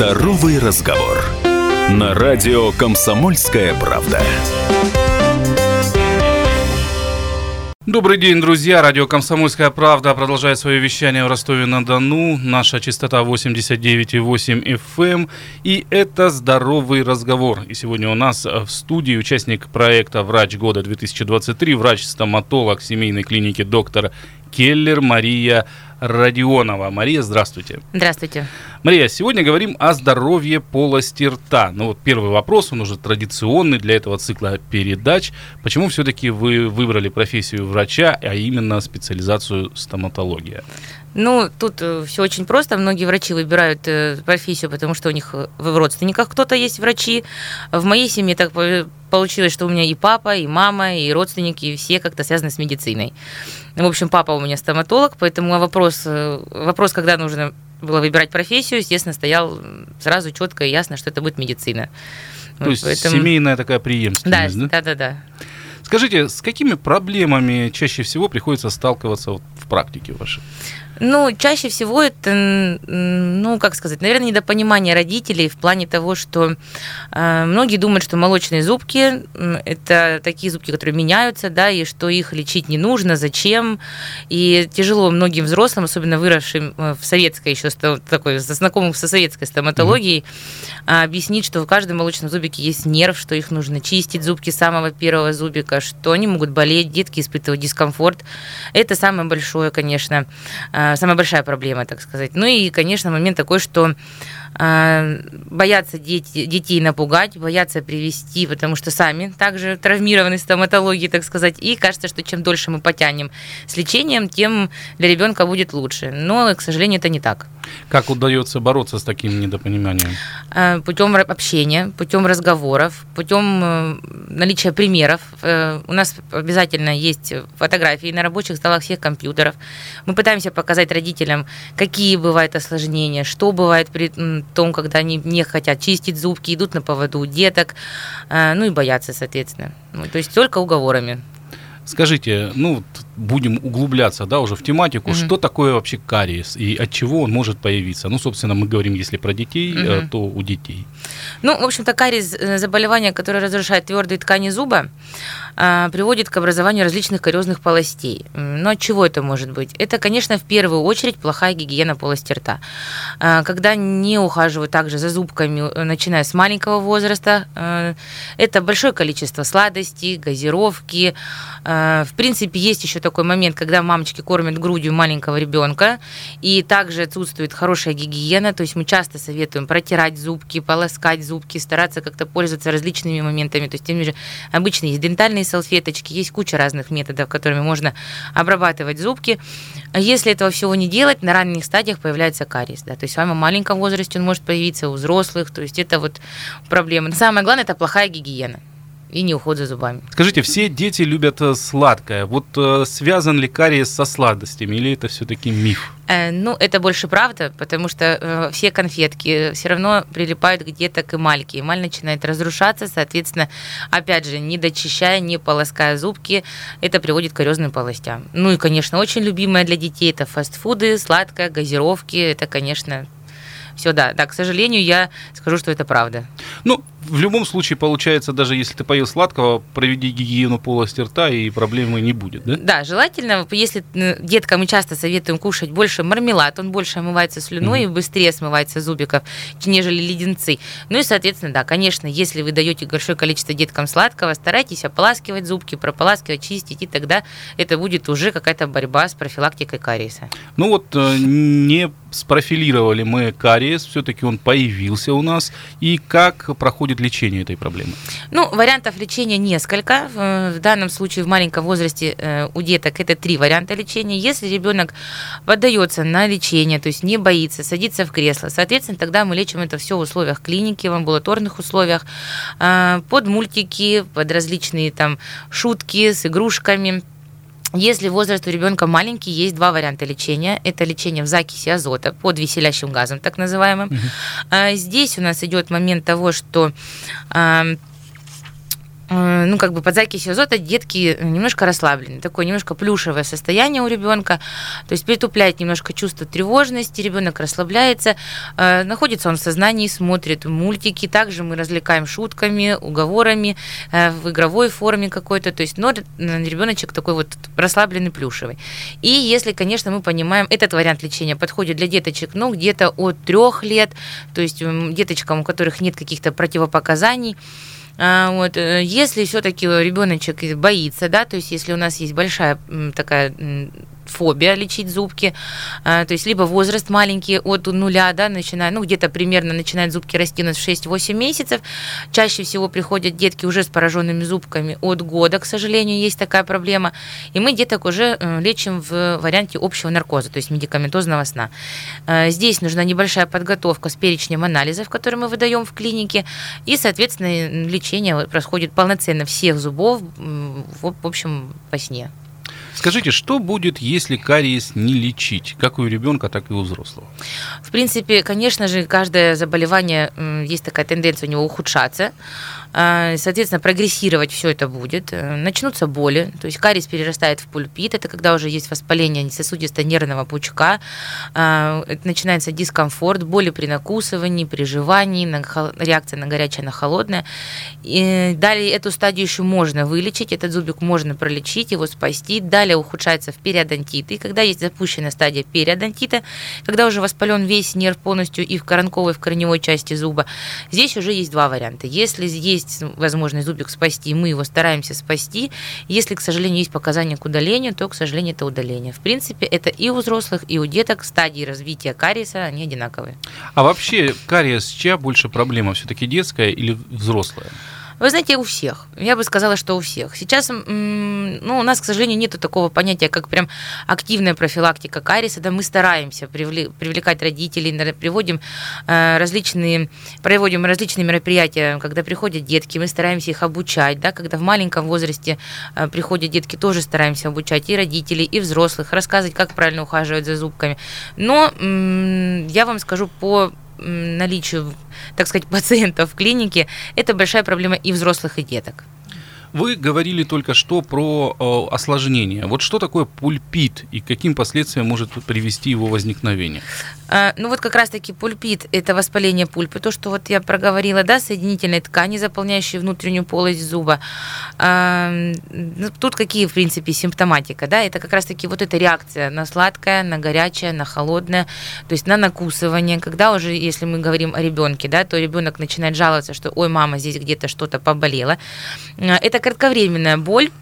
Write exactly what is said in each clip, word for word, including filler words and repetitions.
Здоровый разговор. На радио «Комсомольская правда». Добрый день, друзья. Радио «Комсомольская правда» продолжает свое вещание в Ростове-на-Дону. Наша частота восемьдесят девять и восемь эф эм. И это «Здоровый разговор». И сегодня у нас в студии участник проекта «Врач года две тысячи двадцать три», врач-стоматолог семейной клиники «Доктор Келлер» Мария Родионова. Мария, здравствуйте. Здравствуйте. Мария, сегодня говорим о здоровье полости рта. Ну вот первый вопрос, он уже традиционный для этого цикла передач. Почему все-таки вы выбрали профессию врача, а именно специализацию стоматология? Ну, тут все очень просто. Многие врачи выбирают профессию, потому что у них в родственниках кто-то есть врачи. В моей семье так получилось, что у меня и папа, и мама, и родственники, и все как-то связаны с медициной. В общем, папа у меня стоматолог, поэтому вопрос, вопрос, когда нужно было выбирать профессию, естественно, стоял сразу четко и ясно, что это будет медицина. То вот, есть поэтому... семейная такая преемственность, да? Да, да, да. Скажите, с какими проблемами чаще всего приходится сталкиваться в практике вашей? Ну, чаще всего это, ну, как сказать, наверное, недопонимание родителей в плане того, что э, многие думают, что молочные зубки – это такие зубки, которые меняются, да, и что их лечить не нужно, зачем. И тяжело многим взрослым, особенно выросшим в советской еще, такой, знакомым со советской стоматологией, mm-hmm. объяснить, что в каждом молочном зубике есть нерв, что их нужно чистить, зубки самого первого зубика, что они могут болеть, детки испытывают дискомфорт. Это самое большое, конечно, самая большая проблема, так сказать. Ну и, конечно, момент такой, что э, боятся дети, детей напугать, боятся привести, потому что сами также травмированы стоматологией, так сказать, и кажется, что чем дольше мы потянем с лечением, тем для ребенка будет лучше. Но, к сожалению, это не так. Как удается бороться с таким недопониманием? Э, путем общения, путем разговоров, путем э, наличия примеров. Э, у нас обязательно есть фотографии на рабочих столах всех компьютеров. Мы пытаемся показать родителям, какие бывают осложнения, что бывает при том, когда они не хотят чистить зубки, идут на поводу у деток, ну и боятся, соответственно. То есть только уговорами. Скажите, ну, будем углубляться, да, уже в тематику, mm-hmm. что такое вообще кариес и от чего он может появиться? Ну, собственно, мы говорим, если про детей, mm-hmm. то у детей. Ну, в общем-то, кариес – заболевание, которое разрушает твердые ткани зуба, приводит к образованию различных кариозных полостей. Но от чего это может быть? Это, конечно, в первую очередь плохая гигиена полости рта. Когда не ухаживают также за зубками, начиная с маленького возраста, это большое количество сладостей, газировки. В принципе, есть еще такой момент, когда мамочки кормят грудью маленького ребенка, и также отсутствует хорошая гигиена, то есть мы часто советуем протирать зубки, полоскать зубки, стараться как-то пользоваться различными моментами, то есть теми же обычные есть дентальные салфеточки, есть куча разных методов, которыми можно обрабатывать зубки. Если этого всего не делать, на ранних стадиях появляется кариес, да, то есть в самом маленьком возрасте он может появиться у взрослых, то есть это вот проблема. Но самое главное – это плохая гигиена и не уход за зубами. Скажите, все дети любят сладкое. Вот э, связан ли кариес со сладостями или это все-таки миф? Э, ну, это больше правда, потому что э, все конфетки все равно прилипают где-то к эмальке. Эмаль начинает разрушаться, соответственно, опять же, не дочищая, не полоская зубки, это приводит к кариозным полостям. Ну и, конечно, очень любимое для детей – это фастфуды, сладкое, газировки. Это, конечно, все, да. Да, к сожалению, я скажу, что это правда. Ну, в любом случае, получается, даже если ты поел сладкого, проведи гигиену полости рта, и проблемы не будет, да? Да, желательно, если деткам мы часто советуем кушать больше мармелад, он больше омывается слюной mm-hmm. и быстрее смывается зубиков, нежели леденцы. Ну и, соответственно, да, конечно, если вы даете большое количество деткам сладкого, старайтесь ополаскивать зубки, прополаскивать, чистить, и тогда это будет уже какая-то борьба с профилактикой кариеса. Ну вот, не спрофилировали мы кариес, все-таки он появился у нас, и как проходит лечение этой проблемы? Ну, вариантов лечения несколько. В данном случае в маленьком возрасте у деток это три варианта лечения. Если ребенок поддается на лечение, то есть не боится, садится в кресло, соответственно, тогда мы лечим это все в условиях клиники, в амбулаторных условиях, под мультики, под различные там шутки с игрушками. Если возраст у ребенка маленький, есть два варианта лечения. Это лечение в закиси азота под веселящим газом, так называемым. Uh-huh. Здесь у нас идет момент того, что ну, как бы под закисью азота детки немножко расслаблены, такое немножко плюшевое состояние у ребенка, то есть притупляет немножко чувство тревожности, ребенок расслабляется, находится он в сознании, смотрит мультики, также мы развлекаем шутками, уговорами, в игровой форме какой-то, то есть, но ребеночек такой вот расслабленный, плюшевый. И если, конечно, мы понимаем, этот вариант лечения подходит для деточек, ну, где-то от трех лет, то есть деточкам, у которых нет каких-то противопоказаний. Вот. Если все-таки ребеночек боится, да, то есть если у нас есть большая такая фобия лечить зубки, то есть либо возраст маленький от нуля, да, начиная, ну, где-то примерно начинают зубки расти у нас в шесть-восемь месяцев, чаще всего приходят детки уже с пораженными зубками от года, к сожалению, есть такая проблема, и мы деток уже лечим в варианте общего наркоза, то есть медикаментозного сна. Здесь нужна небольшая подготовка с перечнем анализов, которые мы выдаем в клинике, и, соответственно, лечение происходит полноценно всех зубов, в общем, во сне. Скажите, что будет, если кариес не лечить, как у ребенка, так и у взрослого? В принципе, конечно же, каждое заболевание, есть такая тенденция у него ухудшаться. Соответственно, прогрессировать все это будет. Начнутся боли, то есть кариес перерастает в пульпит, это когда уже есть воспаление сосудисто-нервного пучка, начинается дискомфорт, боли при накусывании, при жевании, реакция на горячее, на холодное. И далее эту стадию еще можно вылечить, этот зубик можно пролечить, его спасти. Далее ухудшается в периодонтит, и когда есть запущенная стадия периодонтита, когда уже воспален весь нерв полностью и в коронковой, и в корневой части зуба, здесь уже есть два варианта. Если есть возможность зубик спасти, мы его стараемся спасти. Если, к сожалению, есть показания к удалению, то, к сожалению, это удаление. В принципе, это и у взрослых, и у деток стадии развития кариеса, они одинаковые. А вообще кариес, чья больше проблема, все-таки детская или взрослая? Вы знаете, у всех. Я бы сказала, что у всех. Сейчас, ну, у нас, к сожалению, нет такого понятия, как прям активная профилактика кариеса. Да, мы стараемся привлекать родителей, приводим различные, проводим различные мероприятия, когда приходят детки, мы стараемся их обучать, да, когда в маленьком возрасте приходят детки, тоже стараемся обучать и родителей, и взрослых, рассказывать, как правильно ухаживать за зубками. Но я вам скажу по наличию, так сказать, пациентов в клинике, это большая проблема и взрослых, и деток. Вы говорили только что про э, осложнение. Вот что такое пульпит и к каким последствиям может привести его возникновение? А, ну вот как раз-таки пульпит – это воспаление пульпы, то, что вот я проговорила, да, соединительной ткани, заполняющей внутреннюю полость зуба. А, тут какие, в принципе, симптоматика, да, это как раз-таки вот эта реакция на сладкое, на горячее, на холодное, то есть на накусывание, когда уже, если мы говорим о ребенке, да, то ребенок начинает жаловаться, что, ой, мама, здесь где-то что-то поболело. Это кратковременная боль,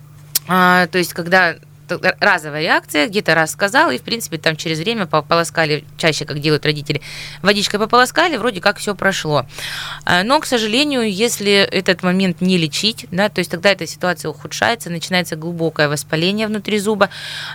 то есть когда разовая реакция, где-то раз сказал, и, в принципе, там через время пополоскали, чаще, как делают родители, водичкой пополоскали, вроде как все прошло. Но, к сожалению, если этот момент не лечить, да, то есть тогда эта ситуация ухудшается, начинается глубокое воспаление внутри зуба,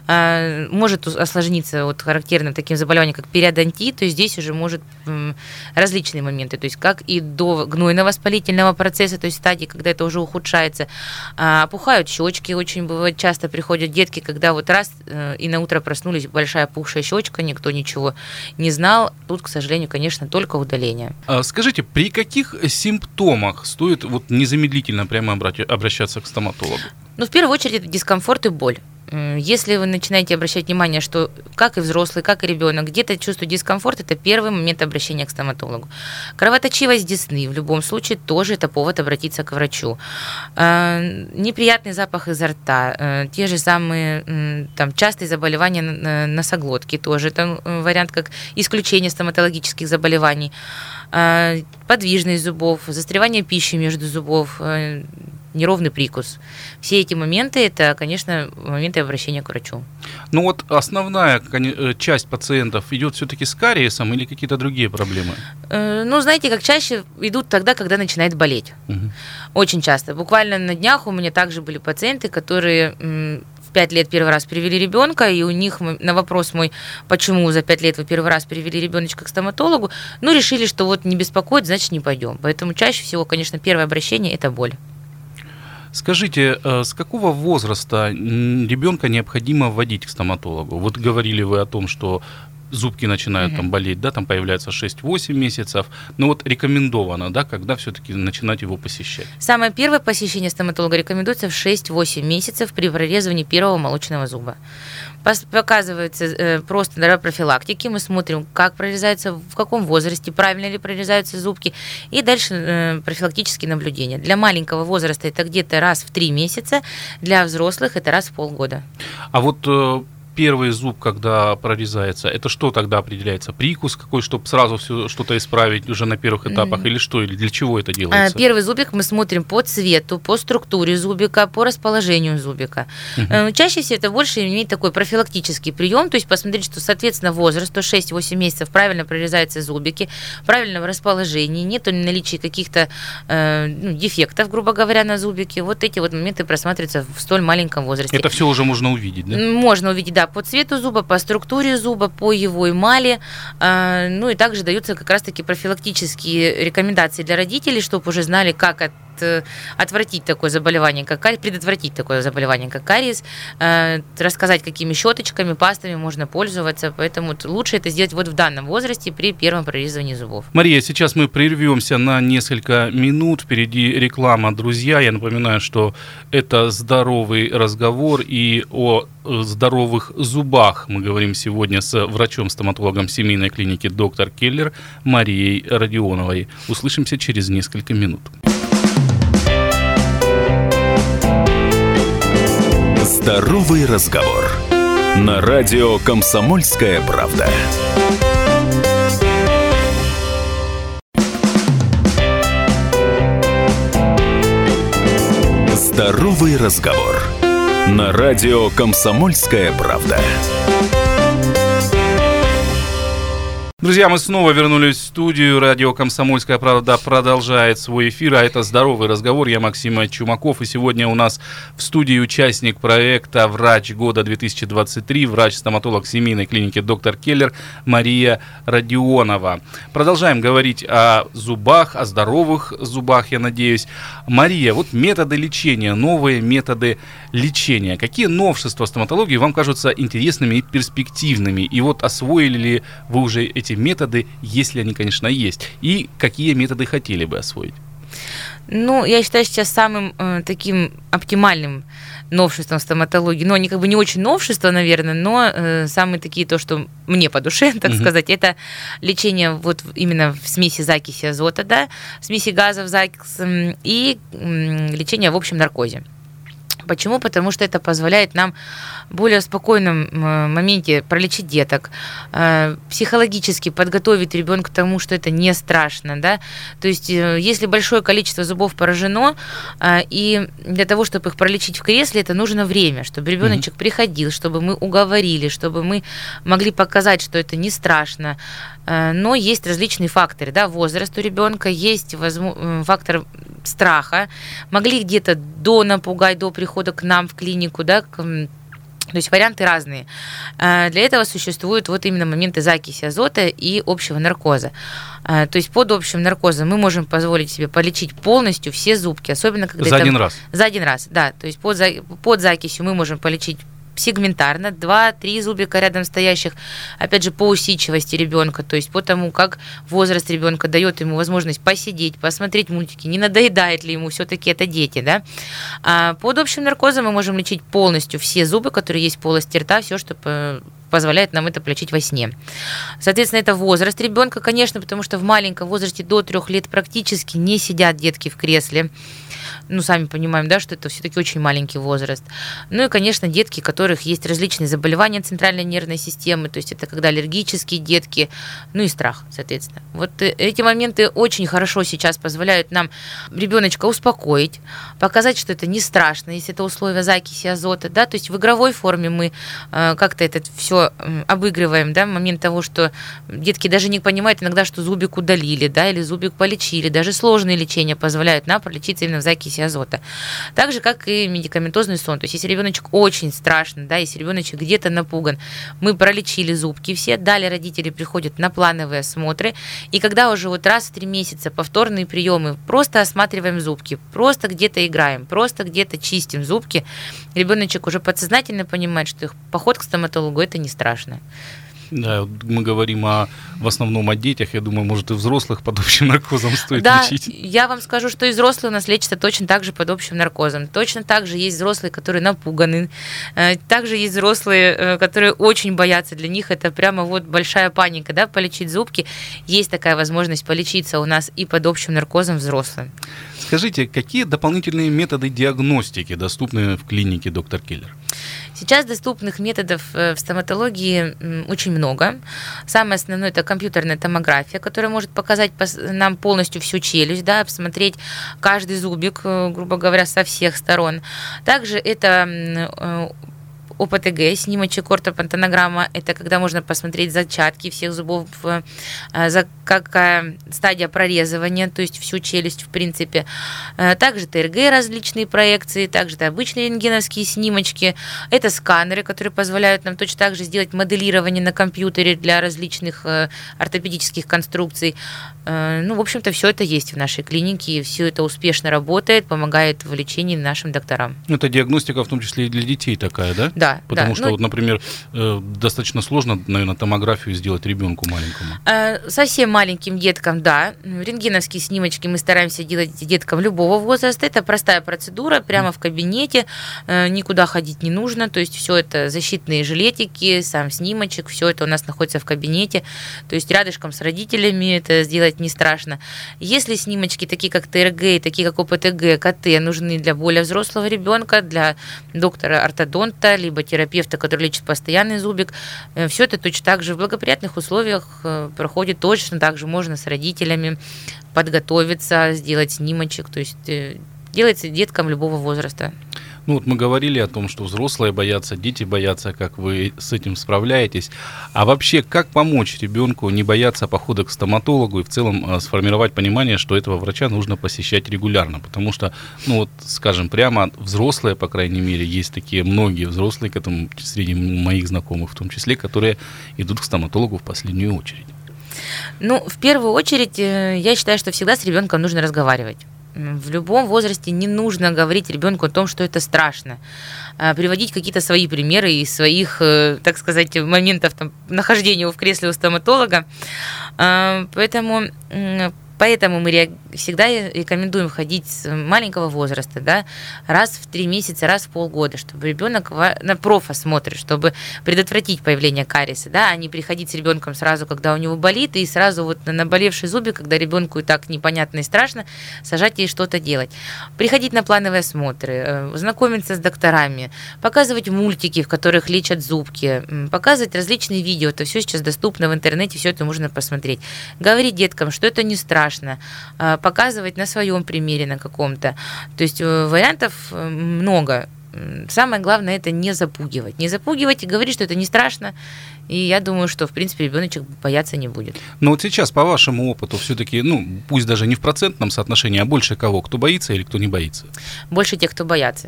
может осложниться вот характерным таким заболеванием, как периодонтит, то есть здесь уже может различные моменты, то есть как и до гнойно-воспалительного процесса, то есть стадии, когда это уже ухудшается, опухают щечки, очень бывает, часто приходят детки, когда вот раз и на утро проснулись, большая опухшая щечка, никто ничего не знал. Тут, к сожалению, конечно, только удаление. Скажите, при каких симптомах стоит вот незамедлительно прямо обращаться к стоматологу? Ну, в первую очередь, это дискомфорт и боль. Если вы начинаете обращать внимание, что как и взрослый, как и ребенок, где-то чувствует дискомфорт, это первый момент обращения к стоматологу. Кровоточивость десны в любом случае тоже это повод обратиться к врачу. Неприятный запах изо рта, те же самые там, частые заболевания носоглотки тоже, это вариант как исключение стоматологических заболеваний, подвижность зубов, застревание пищи между зубов, неровный прикус. Все эти моменты, это, конечно, моменты обращения к врачу. Ну вот основная часть пациентов идет все-таки с кариесом или какие-то другие проблемы? Ну, знаете, как чаще идут тогда, когда начинает болеть. Угу. Очень часто. Буквально на днях у меня также были пациенты, которые в пять лет первый раз привели ребенка, и у них на вопрос мой, почему за пять лет вы первый раз привели ребеночка к стоматологу, ну, решили, что вот не беспокоит, значит, не пойдем. Поэтому чаще всего, конечно, первое обращение – это боль. Скажите, с какого возраста ребенка необходимо вводить к стоматологу? Вот говорили вы о том, что зубки начинают mm-hmm. там болеть, да, там появляется шесть-восемь месяцев. Но вот рекомендовано, да, когда все-таки начинать его посещать? Самое первое посещение стоматолога рекомендуется в шесть-восемь месяцев при прорезывании первого молочного зуба. Показывается э, просто для профилактики. Мы смотрим, как прорезаются, в каком возрасте, правильно ли прорезаются зубки. И дальше э, профилактические наблюдения. Для маленького возраста это где-то раз в три месяца, для взрослых это раз в полгода. А вот э, первый зуб, когда прорезается, это что тогда определяется? Прикус какой, чтобы сразу все что-то исправить уже на первых этапах? Mm-hmm. Или что? Или для чего это делается? Первый зубик мы смотрим по цвету, по структуре зубика, по расположению зубика. Mm-hmm. Чаще всего это больше имеет такой профилактический прием, то есть посмотреть, что, соответственно, возраст, то шесть-восемь месяцев правильно прорезаются зубики, правильного расположения, нет наличия каких-то э, ну, дефектов, грубо говоря, на зубике. Вот эти вот моменты просматриваются в столь маленьком возрасте. Это все уже можно увидеть, да? Можно увидеть, да, по цвету зуба, по структуре зуба, по его эмали. Э, ну и также даются как раз-таки профилактические рекомендации для родителей, чтобы уже знали, как от отвратить такое заболевание, как кариес, предотвратить такое заболевание, как кариес, э, рассказать, какими щеточками, пастами можно пользоваться. Поэтому лучше это сделать вот в данном возрасте при первом прорезывании зубов. Мария, сейчас мы прервемся на несколько минут. Впереди реклама, друзья. Я напоминаю, что это здоровый разговор, и о здоровых зубах мы говорим сегодня с врачом-стоматологом семейной клиники доктор Келлер Марией Родионовой. Услышимся через несколько минут. Здоровый разговор. На радио «Комсомольская правда». Здоровый разговор. На радио «Комсомольская правда». Друзья, мы снова вернулись в студию. Радио «Комсомольская правда» продолжает свой эфир, а это «Здоровый разговор». Я Максим Чумаков, и сегодня у нас в студии участник проекта «Врач года две тысячи двадцать три», врач-стоматолог семейной клиники доктор Келлер Мария Родионова. Продолжаем говорить о зубах, о здоровых зубах, я надеюсь. Мария, вот методы лечения, новые методы лечения. Какие новшества стоматологии вам кажутся интересными и перспективными? И вот освоили ли вы уже эти методы, если они, конечно, есть, и какие методы хотели бы освоить? Ну, я считаю сейчас самым э, таким оптимальным новшеством стоматологии, ну, они как бы не очень новшества, наверное, но э, самые такие, то, что мне по душе, так uh-huh. сказать, это лечение вот именно в смеси закиси азота, да, в смеси газов закис, и э, лечение в общем наркозе. Почему? Потому что это позволяет нам в более спокойном моменте пролечить деток, психологически подготовить ребенка к тому, что это не страшно, да. То есть, если большое количество зубов поражено, и для того, чтобы их пролечить в кресле, это нужно время, чтобы ребеночек mm-hmm. приходил, чтобы мы уговорили, чтобы мы могли показать, что это не страшно. Но есть различные факторы, да, возраст у ребенка, есть возможно, фактор страха, могли где-то до напугать, до прихода к нам в клинику, да, к, то есть варианты разные. Для этого существуют вот именно моменты закиси азота и общего наркоза. То есть под общим наркозом мы можем позволить себе полечить полностью все зубки, особенно когда за это... один раз? За один раз, да. То есть под, под закисью мы можем полечить сегментарно, два-три зубика рядом стоящих, опять же, по усидчивости ребенка, то есть по тому, как возраст ребенка дает ему возможность посидеть, посмотреть мультики, не надоедает ли ему, все-таки это дети, да. А под общим наркозом мы можем лечить полностью все зубы, которые есть в полости рта, все, что позволяет нам это полечить во сне. Соответственно, это возраст ребенка, конечно, потому что в маленьком возрасте до трех лет практически не сидят детки в кресле. Ну, сами понимаем, да, что это все-таки очень маленький возраст. Ну и, конечно, детки, у которых есть различные заболевания центральной нервной системы, то есть это когда аллергические детки, ну и страх, соответственно. Вот эти моменты очень хорошо сейчас позволяют нам ребеночка успокоить, показать, что это не страшно, если это условия закиси азота, да, то есть в игровой форме мы э, как-то это все обыгрываем, да, момент того, что детки даже не понимают иногда, что зубик удалили, да, или зубик полечили, даже сложные лечения позволяют нам пролечиться именно в закиси азота. Так же, как и медикаментозный сон. То есть, если ребеночек очень страшно, да, если ребеночек где-то напуган, мы пролечили зубки все, далее родители приходят на плановые осмотры, и когда уже вот раз в три месяца повторные приемы, просто осматриваем зубки, просто где-то играем, просто где-то чистим зубки, ребеночек уже подсознательно понимает, что их поход к стоматологу это не страшно. Да, мы говорим о, в основном о детях, я думаю, может и взрослых под общим наркозом стоит да, лечить. Я вам скажу, что и взрослые у нас лечатся точно так же под общим наркозом. Точно так же есть взрослые, которые напуганы. Также есть взрослые, которые очень боятся. Для них это прямо вот большая паника, да, полечить зубки. Есть такая возможность полечиться у нас и под общим наркозом взрослым. Скажите, какие дополнительные методы диагностики доступны в клинике доктор Келлер? Сейчас доступных методов в стоматологии очень много. Самое основное – это компьютерная томография, которая может показать нам полностью всю челюсть, да, посмотреть каждый зубик, грубо говоря, со всех сторон. Также это о пэ тэ гэ, снимочек ортопантонограмма, это когда можно посмотреть зачатки всех зубов, за какая стадия прорезывания, то есть всю челюсть в принципе. Также тэ эр гэ различные проекции, также это обычные рентгеновские снимочки, это сканеры, которые позволяют нам точно так же сделать моделирование на компьютере для различных ортопедических конструкций. Ну, в общем-то, все это есть в нашей клинике, и все это успешно работает, помогает в лечении нашим докторам. Это диагностика в том числе и для детей такая, да? Да. Потому да. что, ну, вот, например, достаточно сложно, наверное, томографию сделать ребенку маленькому. Совсем маленьким деткам, да. Рентгеновские снимочки мы стараемся делать деткам любого возраста. Это простая процедура, прямо в кабинете, никуда ходить не нужно. То есть все это защитные жилетики, сам снимочек, все это у нас находится в кабинете. То есть рядышком с родителями это сделать не страшно. Если снимочки, такие как тэ эр гэ, такие как о пэ тэ гэ, ка тэ, нужны для более взрослого ребенка, для доктора-ортодонта, либо терапевта, который лечит постоянный зубик, все это точно так же в благоприятных условиях проходит точно так же. Можно с родителями подготовиться, сделать снимочек, то есть делается деткам любого возраста. Ну вот мы говорили о том, что взрослые боятся, дети боятся, как вы с этим справляетесь. А вообще, как помочь ребенку не бояться похода к стоматологу и в целом сформировать понимание, что этого врача нужно посещать регулярно? Потому что, ну вот, скажем прямо, взрослые, по крайней мере, есть такие многие взрослые, к этому, среди моих знакомых в том числе, которые идут к стоматологу в последнюю очередь. Ну, в первую очередь, я считаю, что всегда с ребенком нужно разговаривать. В любом возрасте не нужно говорить ребенку о том, что это страшно. Приводить какие-то свои примеры из своих, так сказать, моментов там, нахождения в кресле у стоматолога. Поэтому... Поэтому мы всегда рекомендуем ходить с маленького возраста, да, раз в три месяца, раз в полгода, чтобы ребенок на профосмотре, чтобы предотвратить появление кариеса, да, а не приходить с ребенком сразу, когда у него болит, и сразу вот на наболевший зубик, когда ребенку и так непонятно и страшно, сажать и что-то делать. Приходить на плановые осмотры, знакомиться с докторами, показывать мультики, в которых лечат зубки, показывать различные видео, это все сейчас доступно в интернете, все это можно посмотреть. Говорить деткам, что это не страшно, показывать на своем примере на каком-то. То есть вариантов много. Самое главное это не запугивать. Не запугивать и говорить, что это не страшно. И я думаю, что, в принципе, ребеночек бояться не будет. Но вот сейчас, по вашему опыту, все-таки, ну, пусть даже не в процентном соотношении, а больше кого? Кто боится или кто не боится? Больше тех, кто боятся.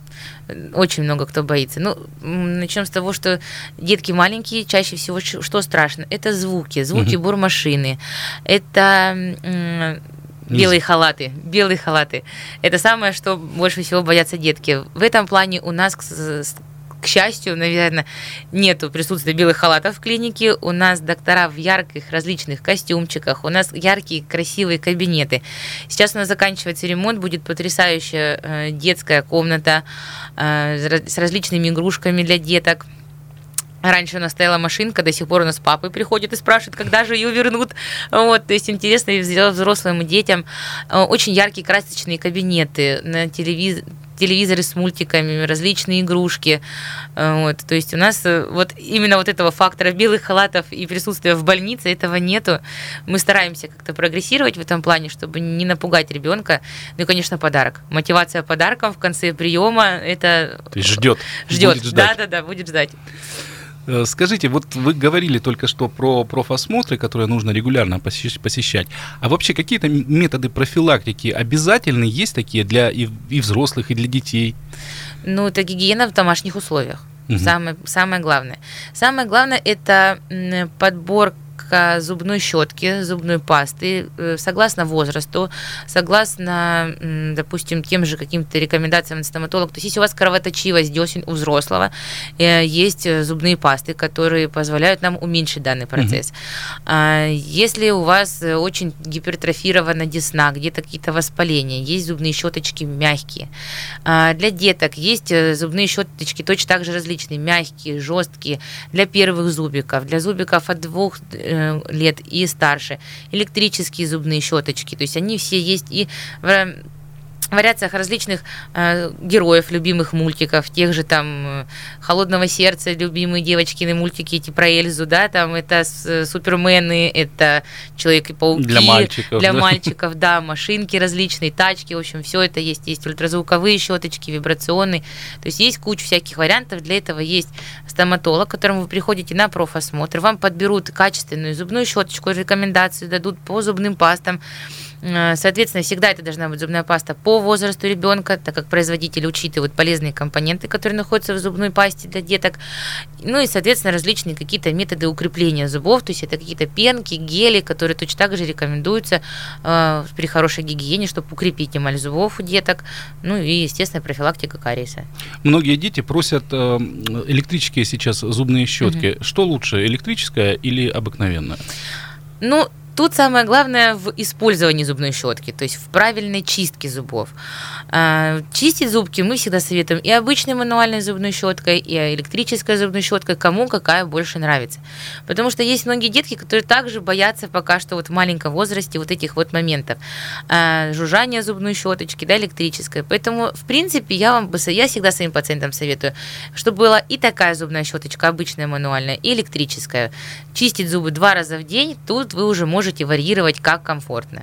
Очень много кто боится. Ну, начнем с того, что детки маленькие, чаще всего что страшно? Это звуки, звуки угу. бормашины, это белые халаты, белые халаты. Это самое, что больше всего боятся детки. В этом плане у нас, к счастью, наверное, нету присутствия белых халатов в клинике. У нас доктора в ярких различных костюмчиках, у нас яркие красивые кабинеты. Сейчас у нас заканчивается ремонт, будет потрясающая детская комната с различными игрушками для деток. Раньше у нас стояла машинка, до сих пор у нас папы приходят и спрашивают, когда же ее вернут. Вот, то есть интересно сделать взрослым и детям. Очень яркие красочные кабинеты на телевизоре. Телевизоры с мультиками, различные игрушки. Вот. То есть у нас вот именно вот этого фактора белых халатов и присутствия в больнице, этого нету. Мы стараемся как-то прогрессировать в этом плане, чтобы не напугать ребенка. Ну и, конечно, подарок. Мотивация подарком в конце приема, это... То есть ждет. Ждет, да-да-да, будет ждать. Скажите, вот вы говорили только что про профосмотры, которые нужно регулярно посещать. А вообще какие-то методы профилактики обязательны? Есть такие для и, и взрослых, и для детей? Ну, это гигиена в домашних условиях. Угу. Самое, самое главное. Самое главное – это подбор к зубной щетке, зубной пасты, согласно возрасту, согласно, допустим, тем же каким-то рекомендациям стоматолога. То есть, если у вас кровоточивость десен у взрослого, есть зубные пасты, которые позволяют нам уменьшить данный процесс. Mm-hmm. Если у вас очень гипертрофирована десна, где-то какие-то воспаления, есть зубные щеточки мягкие. Для деток есть зубные щеточки точно так же различные, мягкие, жесткие, для первых зубиков, для зубиков от двух лет и старше, электрические зубные щеточки, то есть они все есть и в вариациях различных э, героев, любимых мультиков, тех же там э, «Холодного сердца», любимые девочкины мультики эти про Эльзу, да, там это с, супермены, это Человек-пауки. Для мальчиков. Для да? мальчиков, да, машинки различные, тачки, в общем, все это есть. Есть ультразвуковые щеточки, вибрационные, то есть есть куча всяких вариантов. Для этого есть стоматолог, к которому вы приходите на профосмотр, вам подберут качественную зубную щеточку, рекомендации дадут по зубным пастам. Соответственно, всегда это должна быть зубная паста по возрасту ребенка, так как производители учитывают полезные компоненты, которые находятся в зубной пасте для деток. Ну и, соответственно, различные какие-то методы укрепления зубов, то есть это какие-то пенки, гели, которые точно так же рекомендуются э, при хорошей гигиене, чтобы укрепить эмаль зубов у деток, ну и, естественно, профилактика кариеса. Многие дети просят э, электрические сейчас зубные щетки. Угу. Что лучше, электрическая или обыкновенная? Ну, тут самое главное в использовании зубной щетки, то есть в правильной чистке зубов. Чистить зубки мы всегда советуем и обычной мануальной зубной щеткой, и электрической зубной щеткой, кому какая больше нравится. Потому что есть многие детки, которые также боятся пока что вот в маленьком возрасте вот этих вот моментов. Жужжания зубной щеточки, да, электрической. Поэтому, в принципе, я вам я всегда своим пациентам советую, чтобы была и такая зубная щеточка, обычная мануальная, и электрическая. Чистить зубы два раза в день, тут вы уже можете можете варьировать как комфортно.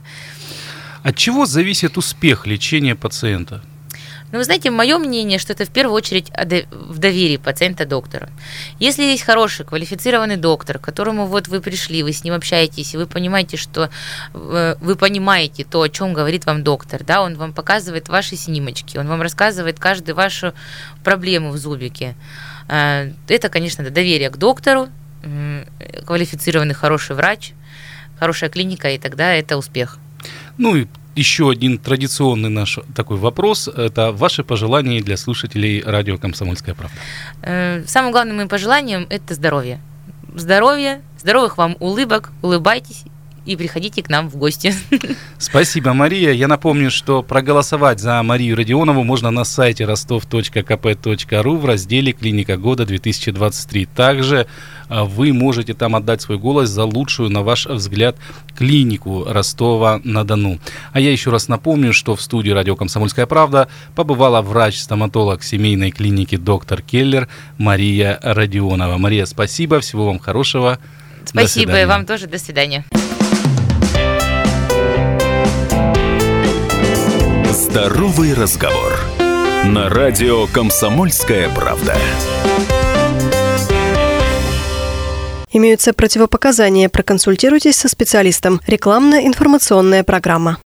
От чего зависит успех лечения пациента? Ну, вы знаете, мое мнение, что это в первую очередь в доверии пациента доктору. Если есть хороший, квалифицированный доктор, к которому вот вы пришли, вы с ним общаетесь, и вы понимаете, что вы понимаете то, о чем говорит вам доктор, да, он вам показывает ваши снимочки, он вам рассказывает каждую вашу проблему в зубике. Это, конечно, доверие к доктору, квалифицированный хороший врач, хорошая клиника, и тогда это успех. Ну и еще один традиционный наш такой вопрос. Это ваши пожелания для слушателей радио «Комсомольская правда». Самым главным моим пожеланием – это здоровье. Здоровье, здоровых вам улыбок, улыбайтесь и приходите к нам в гости. Спасибо, Мария. Я напомню, что проголосовать за Марию Родионову можно на сайте ростов точка ка пэ точка ру в разделе «Клиника года две тысячи двадцать три». Также вы можете там отдать свой голос за лучшую, на ваш взгляд, клинику Ростова-на-Дону. А я еще раз напомню, что в студии радио «Комсомольская правда» побывала врач-стоматолог семейной клиники «Доктор Келлер» Мария Родионова. Мария, спасибо, всего вам хорошего. Спасибо, и вам тоже. До свидания. Здоровый разговор. На радио «Комсомольская правда». Имеются противопоказания. Проконсультируйтесь со специалистом. Рекламно-информационная программа.